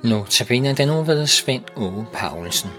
Notabene den nu ved Svend Åge Paulsen.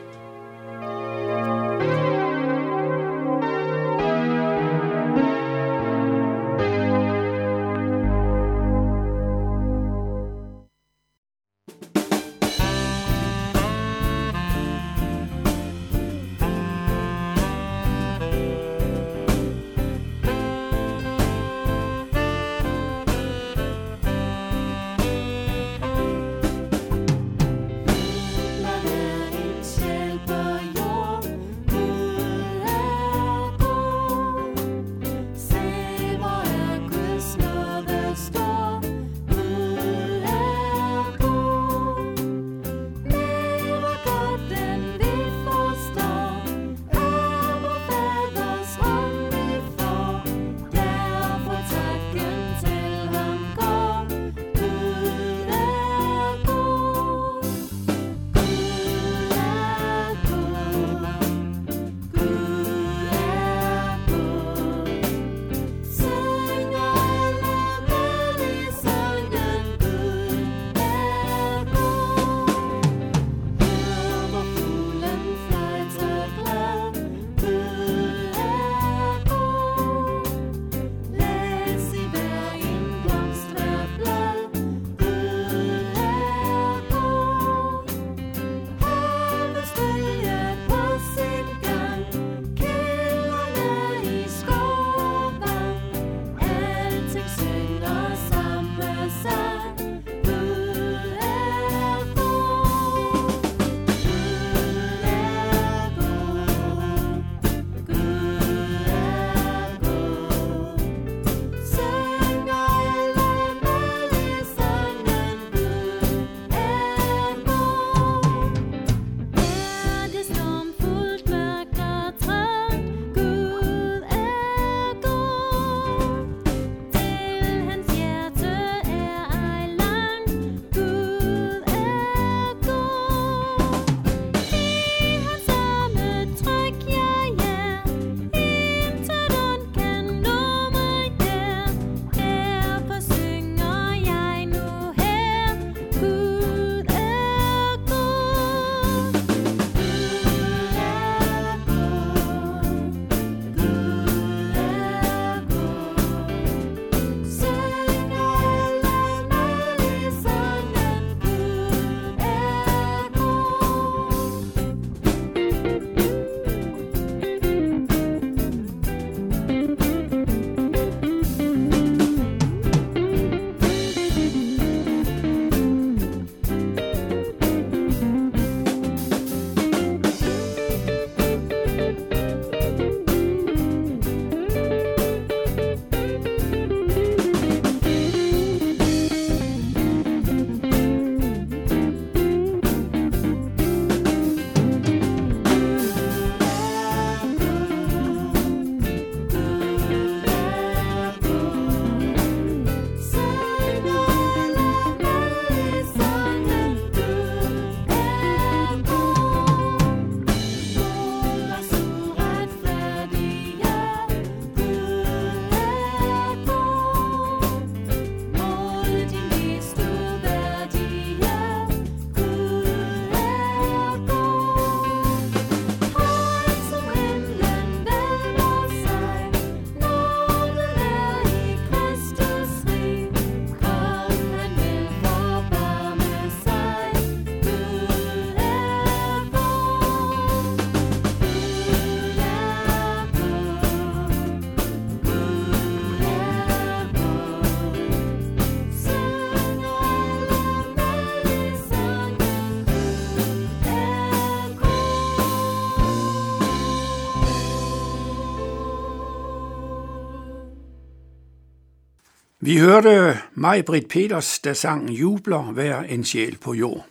Vi hørte Maj-Britt Peters, der sang Jubler hver en sjæl på jord.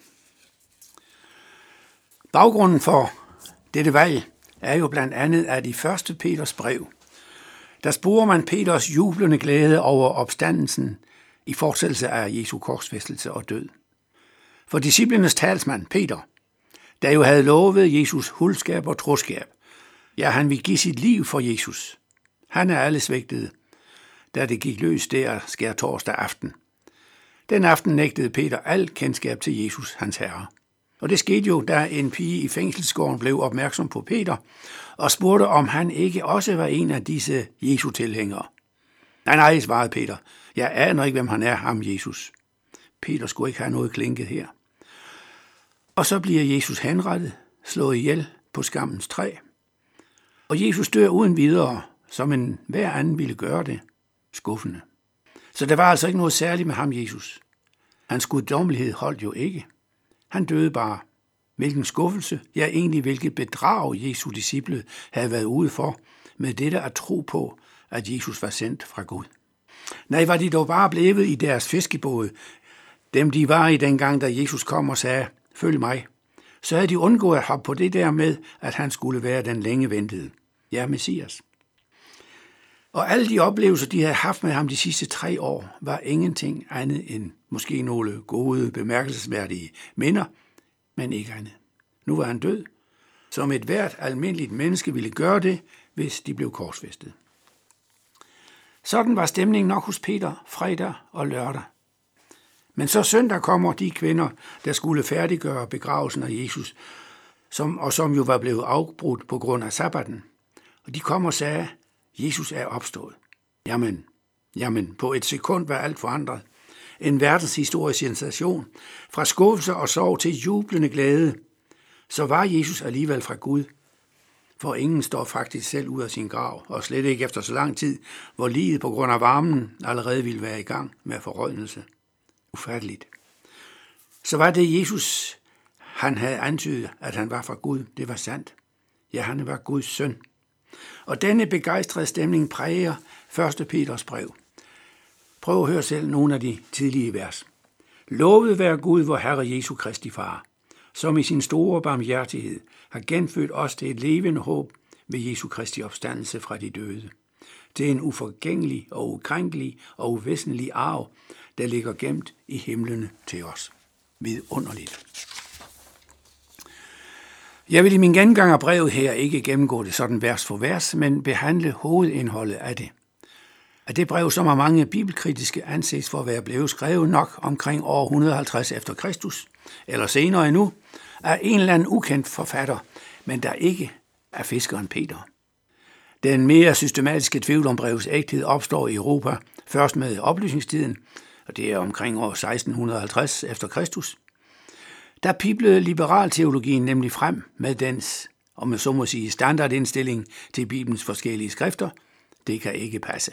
Baggrunden for dette valg er jo blandt andet af de første Peters brev. Der sporer man Peters jublende glæde over opstandelsen i fortsættelse af Jesu korsfæstelse og død. For disciplenes talsmand Peter, der jo havde lovet Jesus huldskab og troskab, ja, han ville give sit liv for Jesus. Han er alle svigtede, da det gik løs der skærtorsdag aften. Den aften nægtede Peter alt kendskab til Jesus, hans herre. Og det skete jo, da en pige i fængselsgården blev opmærksom på Peter og spurgte, om han ikke også var en af disse Jesu-tilhængere. Nej, svarede Peter. Jeg aner ikke, hvem han er, ham Jesus. Peter skulle ikke have noget klinket her. Og så bliver Jesus henrettet, slået ihjel på skammens træ. Og Jesus dør uden videre, som en hver anden ville gøre det, skuffende. Så der var altså ikke noget særligt med ham, Jesus. Hans guddommelighed holdt jo ikke. Han døde bare. Hvilken skuffelse, ja egentlig hvilket bedrag Jesu disciple havde været ude for, med dette at tro på, at Jesus var sendt fra Gud. Nej, var de dog bare blevet i deres fiskebåde, dem de var i dengang, da Jesus kom og sagde, følg mig, så havde de undgået at hoppe på det der med, at han skulle være den længe ventede. Ja, Messias. Og alle de oplevelser, de havde haft med ham de sidste 3 år, var ingenting andet end måske nogle gode, bemærkelsesværdige minder, men ikke andet. Nu var han død, som et hvert almindeligt menneske ville gøre det, hvis de blev korsfæstet. Sådan var stemningen nok hos Peter fredag og lørdag. Men så søndag kommer de kvinder, der skulle færdiggøre begravelsen af Jesus, som jo var blevet afbrudt på grund af sabbaten. Og de kom og sagde, Jesus er opstået. Jamen, på et sekund var alt forandret. En verdenshistorisk sensation. Fra skuffelse og sorg til jublende glæde. Så var Jesus alligevel fra Gud. For ingen står faktisk selv ud af sin grav, og slet ikke efter så lang tid, hvor livet på grund af varmen allerede ville være i gang med forrådnelse. Ufatteligt. Så var det Jesus, han havde antydet, at han var fra Gud. Det var sandt. Ja, han var Guds søn. Og denne begejstrede stemning præger 1. Peters brev. Prøv at høre selv nogle af de tidlige vers. Lovet være Gud, vor Herre Jesu Kristi Far, som i sin store barmhjertighed har genfødt os til et levende håb ved Jesu Kristi opstandelse fra de døde. Det er en uforgængelig og ukrænkelig og uvæsentlig arv, der ligger gemt i himlene til os. Vidunderligt. Jeg vil i min gennemgang af brevet her ikke gennemgå det sådan vers for vers, men behandle hovedindholdet af det. At det brev, som af mange bibelkritiske anses for at være blevet skrevet nok omkring år 150 efter Kristus, eller senere endnu, er en eller anden ukendt forfatter, men der ikke er fiskeren Peter. Den mere systematiske tvivl om brevets ægthed opstår i Europa først med oplysningstiden, og det er omkring år 1650 efter Kristus. Der piblede liberalteologien nemlig frem med dens, om man så må sige, standardindstilling til Bibelens forskellige skrifter. Det kan ikke passe.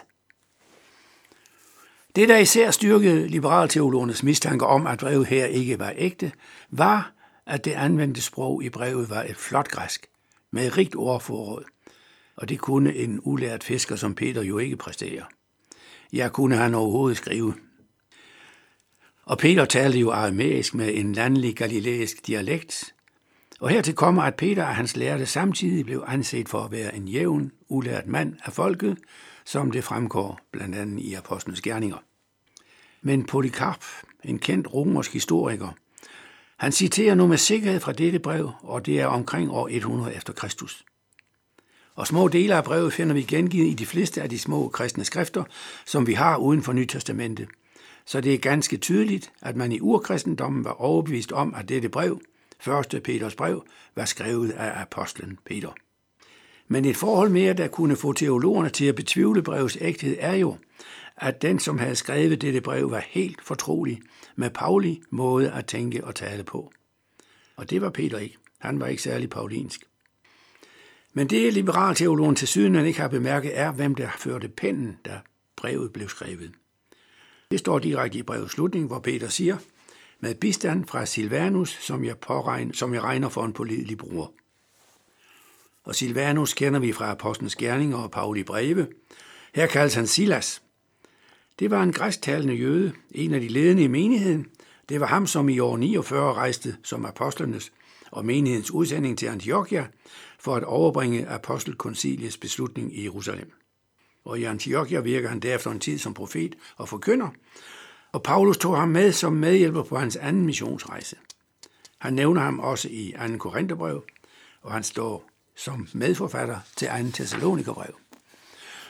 Det, der især styrkede liberalteologernes mistanke om, at brevet her ikke var ægte, var, at det anvendte sprog i brevet var et flot græsk, med rigt ordforråd. Og det kunne en ulært fisker som Peter jo ikke præstere. Ja, kunne han overhovedet skrive. Og Peter talte jo aramæisk med en landlig galilæisk dialekt. Og hertil kommer, at Peter og hans lærte samtidig blev anset for at være en jævn, ulært mand af folket, som det fremgår blandt andet i Apostlenes Gerninger. Men Polycarp, en kendt romersk historiker, han citerer nu med sikkerhed fra dette brev, og det er omkring år 100 efter Kristus. Og små dele af brevet finder vi gengivet i de fleste af de små kristne skrifter, som vi har uden for Nyt Testamente. Så det er ganske tydeligt, at man i urkristendommen var overbevist om, at dette brev, 1. Peters brev, var skrevet af apostlen Peter. Men et forhold mere, der kunne få teologerne til at betvivle brevets ægthed, er jo, at den, som havde skrevet dette brev, var helt fortrolig med Pauli måde at tænke og tale på. Og det var Peter ikke. Han var ikke særlig paulinsk. Men det liberalteologen til syden ikke har bemærket, er, hvem der førte pennen, da brevet blev skrevet. Det står direkte i brevets slutning, hvor Peter siger, med bistand fra Silvanus, som jeg regner for en pålidelig bror. Og Silvanus kender vi fra Apostlenes Gerninger og Pauli breve. Her kaldes han Silas. Det var en græsktalende jøde, en af de ledende i menigheden. Det var ham, som i år 49 rejste som apostlenes og menighedens udsending til Antiochia for at overbringe apostelkonciliets beslutning i Jerusalem. Og i Antiochia virker han derefter en tid som profet og forkynder, og Paulus tog ham med som medhjælper på hans anden missionsrejse. Han nævner ham også i 2. Korintherbrev, og han står som medforfatter til 2. Thessalonikerbrev.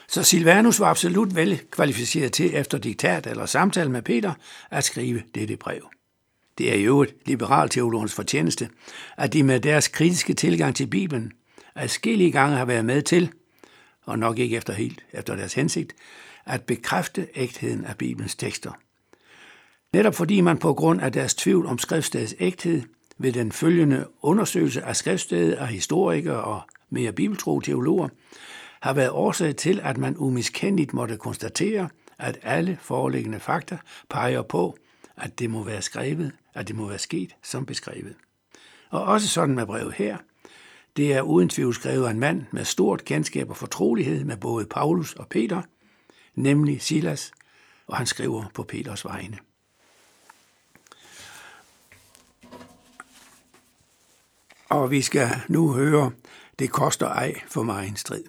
Så Silvanus var absolut velkvalificeret til efter diktat eller samtale med Peter at skrive dette brev. Det er jo et liberalteologens fortjeneste, at de med deres kritiske tilgang til Bibelen adskillige gange har været med til, og nok ikke efter deres hensigt, at bekræfte ægtheden af Bibelens tekster. Netop fordi man på grund af deres tvivl om skriftstedets ægthed ved den følgende undersøgelse af skriftstedet af historikere og mere bibeltro teologer, har været årsag til, at man umiskendeligt måtte konstatere, at alle foreliggende fakta peger på, at det må være skrevet, at det må være sket som beskrevet. Og også sådan med brevet her. Det er uden tvivl skrevet af en mand med stort kendskab og fortrolighed med både Paulus og Peter, nemlig Silas, og han skriver på Peters vegne. Og vi skal nu høre, det koster ej for mig en strid.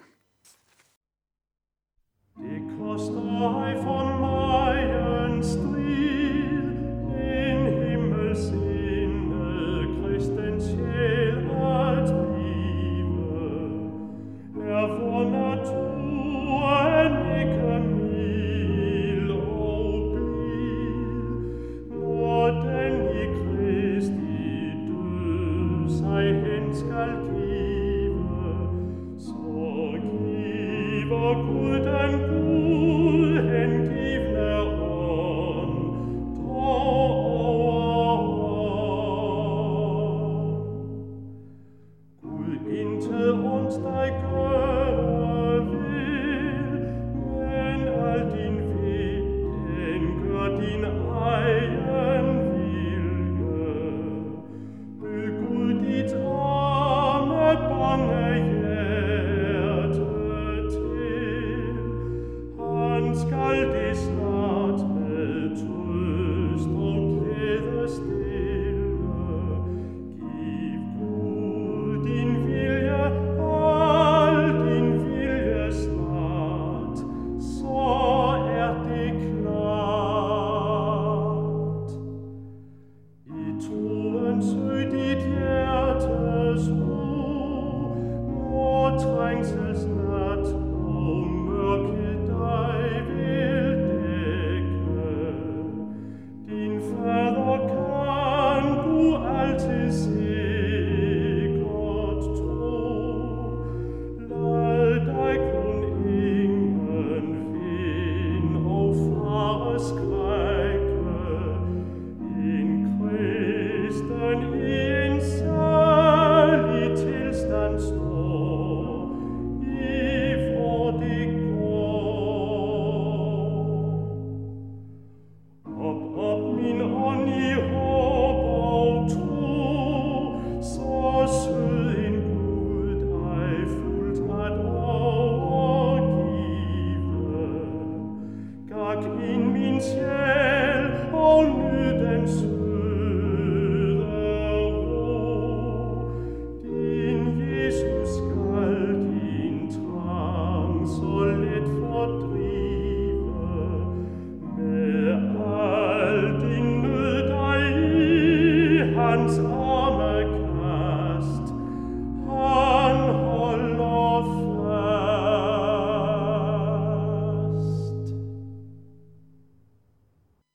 Det koster ej for mig en strid, en himmelsindet kristen sjæl at blive. Er for naturen ikke mild og blid, når den i Kristi død sig hen skal give, så giver Gud den Gud hengivne ånd, drog over. Gud intet ondt dig gøre vil, men al din ved, den gør din egen vilje. Byg Gud dit arme bange